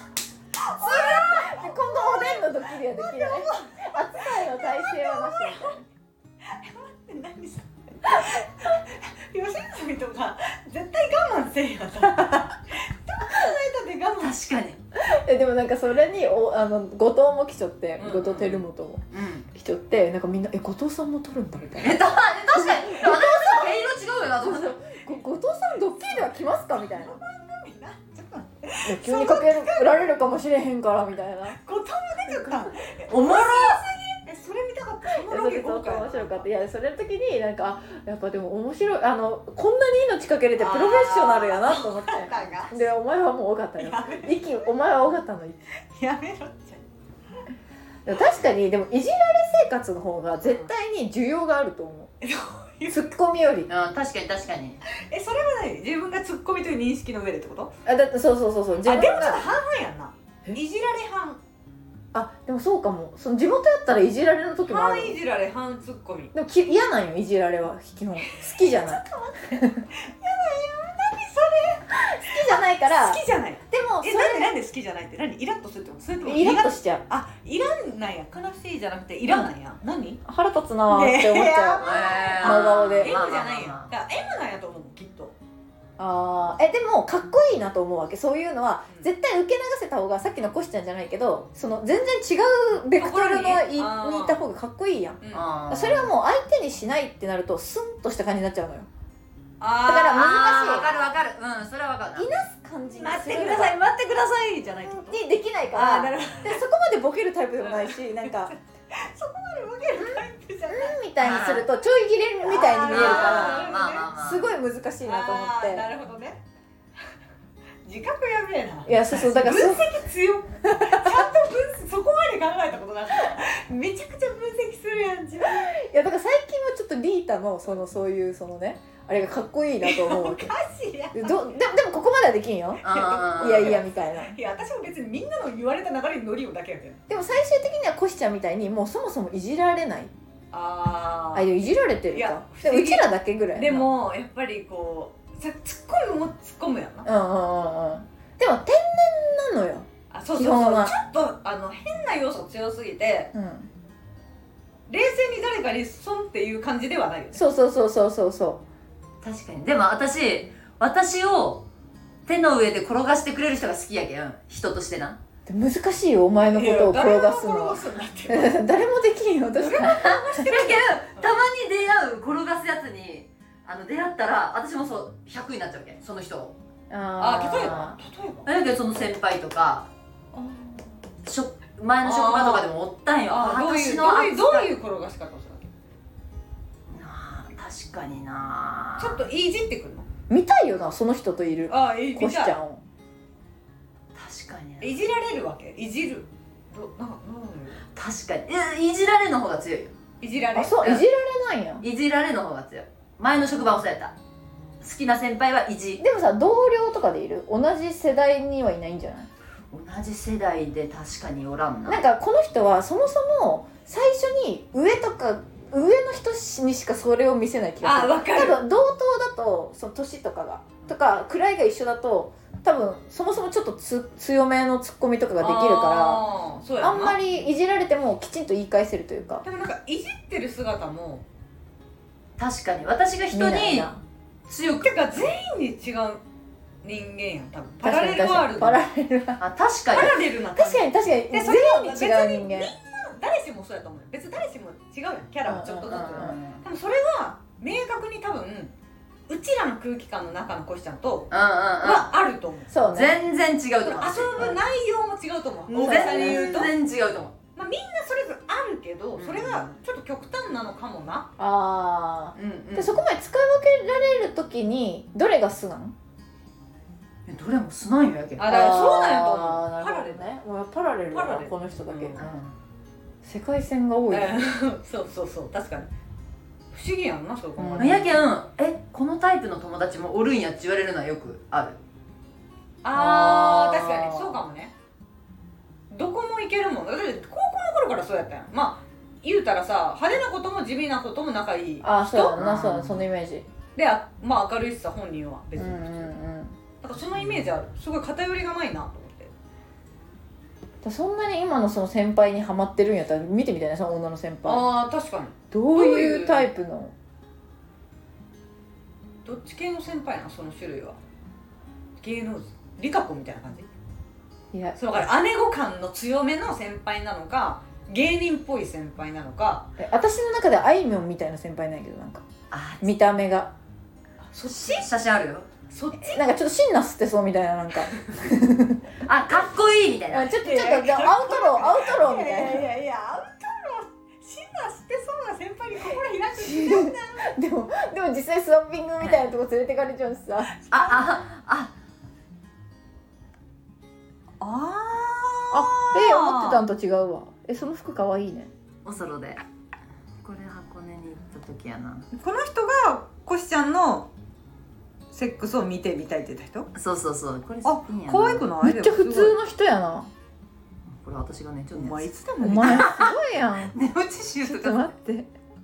今後おでんのドッキリはできない熱さの体勢はなしみたいな。 待って、何それ吉住とか絶対我慢せえやどう考えたって我慢。 確かにでもなんかそれに後藤も来ちゃって後藤輝元も来ちゃってなんかみんな後藤さんも撮るんだみたいな。 確かに私の毛色違うよなと思って。 後藤さんドッキリでは来ますかみたいな。急にかけられるかもしれへんからみたいな。 後藤も出ちゃった。 おもろそれ見たかった。そのロケ面白かった。いやそれの時になんかやっぱでも面白いこんなに命かけれてプロフェッショナルやなと思ってでお前はもう尾形よお前は尾形のやめろって。 確かにでもいじられ生活の方が絶対に需要があると思う。ツッコミより。 確かに確かに。 それは何？自分がツッコミという認識の上でってこと？ だってそう自分が。 でもちょっと半々やんな。いじられ半。 でもそうかも。その地元やったらいじられの時もある。 半いじられ半ツッコミ。 でも嫌なんよ、いじられは基本。好きじゃない。 ちょっと待って。やだよ。何それ。 好きじゃないから。 好きじゃない。 でもなんで好きじゃないって何？イラッとするってこと？それともイラッとしちゃう。 いらんなんや。悲しいじゃなくていらんなんや。何？ 腹立つなーって思っちゃう。真顔で。 M じゃないやん。だから M なんやと思うきっと。 でもかっこいいなと思うわけ。そういうのは絶対受け流せた方が、さっきのコシちゃんじゃないけど、その全然違うベクトルのにいた方がかっこいいやん。それはもう相手にしないってなるとスンとした感じになっちゃうのよ。だから難しい。 わかるわかる。それはわかる。 いなす感じに待ってください待ってくださいじゃないってことにできないから。 なるほど。 でそこまでボケるタイプでもないし、なんかそこまでボケるタイプじゃないみたいにするとちょい切れみたいに見えるかあら、すごい難しいなと思って。 なるほどね。自覚やべえな。 いやそうだから分析強っ。ちゃんとそこまで考えたことなかった。めちゃくちゃ分析するやん自分。 いやだから最近はちょっとリータのそういうね、あれがかっこいいなと思うわけ。 おかしいやん。 でもここまではできんよ。いやいやみたいな。 いや私も別にみんなの言われた流れに乗りようだけやけど。 でも最終的にはコシちゃんみたいにもうそもそもいじられない。でもいじられてるか。でもうちらだけぐらい。 でもやっぱりこう突っ込むも突っ込むやんな。 でも天然なのよ。 そうちょっと変な要素強すぎて、冷静に誰かに損っていう感じではないよね。 そう確かに。でも私を手の上で転がしてくれる人が好きやけん、人としてな。 難しいよ、お前のことを転がすのは。誰もできんよ、確かに。 だけどたまに出会う転がすやつに出会ったら私もそう100になっちゃうけん、その人を。 例えばだけどその先輩とか前の職場とかでもおったんよ。 どういう転がし方をするわけ？ 確かにな。 ちょっといじってくるの？ 見たいよな、その人といるコシちゃんを。 確かにいじられるわけ？いじる確かにいじられの方が強いよ。 いじられ？ そう、いじられないやん。 いじられの方が強い。前の職場もそうやった。好きな先輩はいじ。 でもさ、同僚とかでいる？同じ世代にはいないんじゃない？ 同じ世代で確かにおらんな。 なんかこの人はそもそも最初に上の人にしかそれを見せない気がする。 分かる。 多分同等だと、その年とか位が一緒だと多分そもそもちょっと強めのツッコミとかができるから、あんまりいじられてもきちんと言い返せるというか。 でもなんかいじってる姿も確かに私が人に強くてか全員に違う人間やん、多分パラレルワールド。 パラレル確かにパラレルな確かに全員に違う人間。 みんな誰しもそうやと思う。別に誰しも違うやん、キャラはちょっとずつ。でもそれは明確に多分うちらの空気感の中のコシちゃんとはあると思う。 そうね。 全然違うと思う。 遊ぶ内容も違うと思う。 全然違うと思う。 みんなそれぞれあるけど、それがちょっと極端なのかもな。 でそこまで使い分けられるときにどれが素なん？ どれも素なんやけど。 だからそうなんやと思う。 パラレルね。パラレルだな、この人だけ。世界線が多い。 そう確かに不思議やんな、そこまで。 やけんこのタイプの友達もおるんやって言われるのはよくある。 確かにそうかもね。どこもいけるもん。だって高校の頃からそうやったやん。まあ言うたらさ、派手なことも地味なことも仲いい人。 そうだな、そうだ、そのイメージで、まあ明るいしさ、本人は別にだからそのイメージある。すごい偏りがないなと思って。 そんなに今のその先輩にハマってるんやったら見てみたいな、その女の先輩。 確かに。 どういうタイプの？ どっち系の先輩な、その種類は。芸能人リカ子みたいな感じ？ いや、 そうだから姉御感の強めの先輩なのか、芸人っぽい先輩なのか。 私の中であいみょんみたいな先輩なんやけど、なんか見た目が。 そっち？ 写真あるよ。 そっち？ なんかちょっとシンナ吸ってそうみたいな、なんかかっこいいみたいな。 ちょっとアウトローみたいな。 いやアウトロー、シンナーしてそうな先輩に心開くしないな。 でも実際スワッピングみたいなとこ連れてかれちゃうしさ。思ってたんと違うわ。 その服かわいいね。 おそろでこれ箱根に行った時やな。 この人がコシちゃんのセックスを見てみたいって言った人。 そうそうそう、これあ、 好きやな。 可愛くない？ めっちゃ普通の人やな。 これ私がねちょっおと前いつでもお前すごいやん。 寝落ち集ちょっととか待って。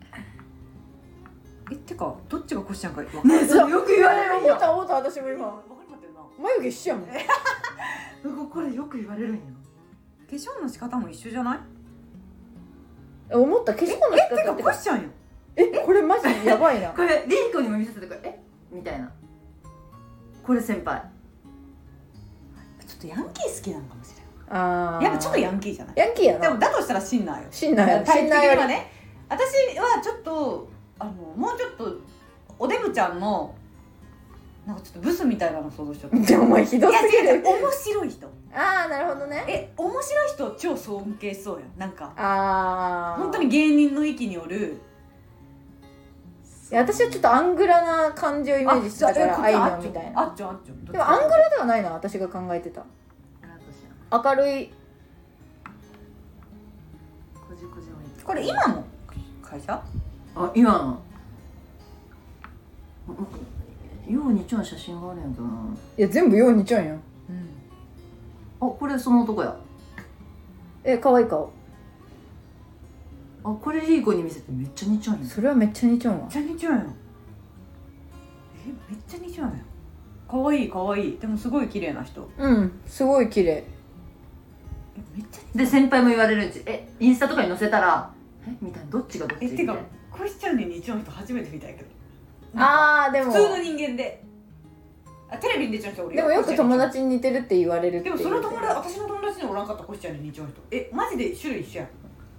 てかどっちがコシちゃんか分かんね、それよく言われるんよ。 思った私も今。 分かりまってるな。 眉毛一緒やもん。 これよく言われるんよ。 化粧の仕方も一緒じゃない？ 思った、化粧の仕てか方ってコシちゃんよ。 これマジでやばいな。 これリンコにも見せてこれみたいな。これ先輩。 ちょっとヤンキー好きなのかもしれあない。やっぱちょっとヤンキーじゃない？ ヤンキーやな。 でもだとしたらシンナーよ。 シンナーや。 タイプ的によりはね。私はちょっともうちょっとおデブちゃんのなんかちょっとブスみたいなの想像しちゃった。 でもお前ひどすぎる。 面白い人。 ああ、なるほどね。 面白い人超尊敬しそうやん。なんかああ。 本当に芸人の域による。 いや、私はちょっとアングラな感じをイメージしてたから、あいみょんみたいな。 あっちょあっちょ。 でもアングラではないな、私が考えてた。明るい。 これ今の会社？ あ、今のようにちゃん写真があるんやけどな。 いや、全部よう似ちゃうんよ。 あ、これその男や。 可愛い顔。 あ、これリーコに見せてめっちゃ似ちゃうんや。 それはめっちゃ似ちゃうわめっ。ちゃ似ちゃうやん。めっちゃ似ちゃうやん。可愛い可愛い。でもすごい綺麗な人。 うん、すごい綺麗。 めっちゃで先輩も言われるんち。インスタとかに載せたらみたいな、どっちがどっちみたいな。 てかコシちゃんに似ちゃう人初めて見たけど。 あー、でも普通の人間で。テレビに出ちゃう人おるよ。 でもよく友達に似てるって言われるっていう。 でもその友達、私の友達におらんかったコシちゃんに似ちゃう人。マジで種類一緒やん。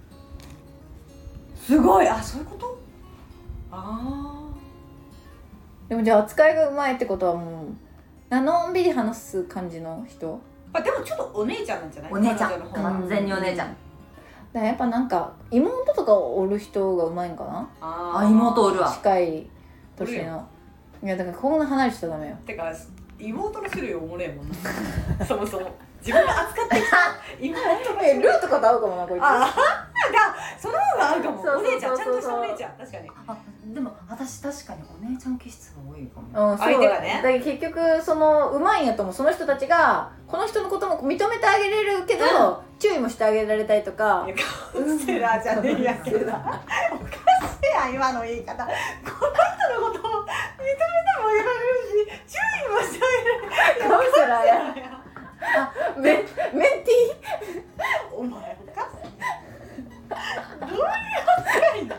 すごい。あ、そういうこと？あでもじゃあ扱いがうまいってことはもうのんびり話す感じの人あ。でもちょっとお姉ちゃんなんじゃない？ お姉ちゃん、 彼女の方が完全にお姉ちゃん。 だからやっぱなんか妹とかおる人がうまいんかな。 あ、妹おるわ。 近い年の。いやだからこんな離れしちゃダメよ。 てか妹の種類おもれえもんな。そもそも自分が扱ってきた妹の種類。 ルーとかと合うかもなこいつ。 その方が合うかも。 そうそうそうそうお姉ちゃん、ちゃんとしたお姉ちゃん。確かに。 あ、でも私確かにお姉ちゃん気質が多いかも。 うん、そう相手がねだから結局そのうまいんやと思う。その人たちがこの人のことも認めてあげれるけど、注意もしてあげられたりとか。 いやカウンセラーじゃねえやけど。おかしいやん今の言い方。この人のことを認めてもあげられるし、注意もしてあげられる。 カウンセラーや。メンテお前おかしい。どういう扱いだ。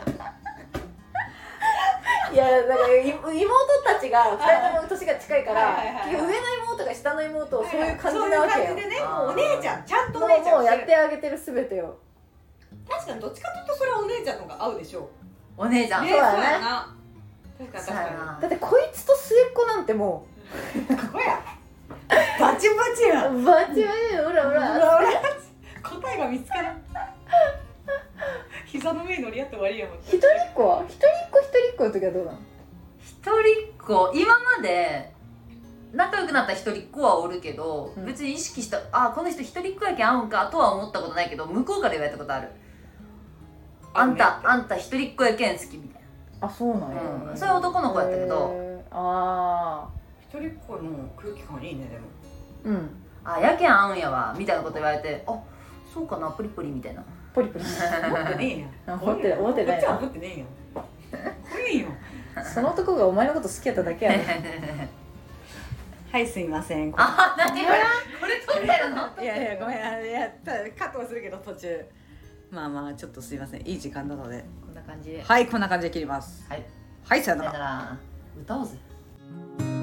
ィー。いやだから妹たちが2人とも年が近いから、 はいはいはい結局上の妹が下の妹をそういう感じなわけよ。 そういう感じでね、もうお姉ちゃん、ちゃんともうお姉ちゃんもうやってあげてる全てを。 確かにどっちかというとそれはお姉ちゃんの方が合うでしょう。 お姉ちゃん。 そうだねな。確かに確かそうやなだってこいつと末っ子なんてもに。こや。バチバチや。 うバチバチほらほら。 答えが見つからん。膝の上に乗り合って終わりやもん。 一人っ子は一人っ子の時はどうなの？ 一人っ子、今まで仲良くなった一人っ子はおるけど、 うん別に意識したこの人一人っ子やけん合うんかとは思ったことないけど、向こうから言われたことある。あんた一人っ子やけん好きみたいあ、そうなんや。 な、それは男の子やったけど、 あ一人っ子の空気感いいねでも。 うんやけん合うんやわみたいなこと言われて、そうかなプリプリみたいな。 ポリポリ思ってねえやん。 思ってないこっちは思ってねえやん。これいいよ。 その男がお前のこと好きやっただけやろ。 はい、すいません。 何これ撮ってるの？ いやいや、ごめん、カットはするけど途中。まあまあ、ちょっとすいません。いい時間なので。 こんな感じで。 はい、こんな感じで切ります。 はい。 はい、さよさなら。 よなら。歌おうぜ。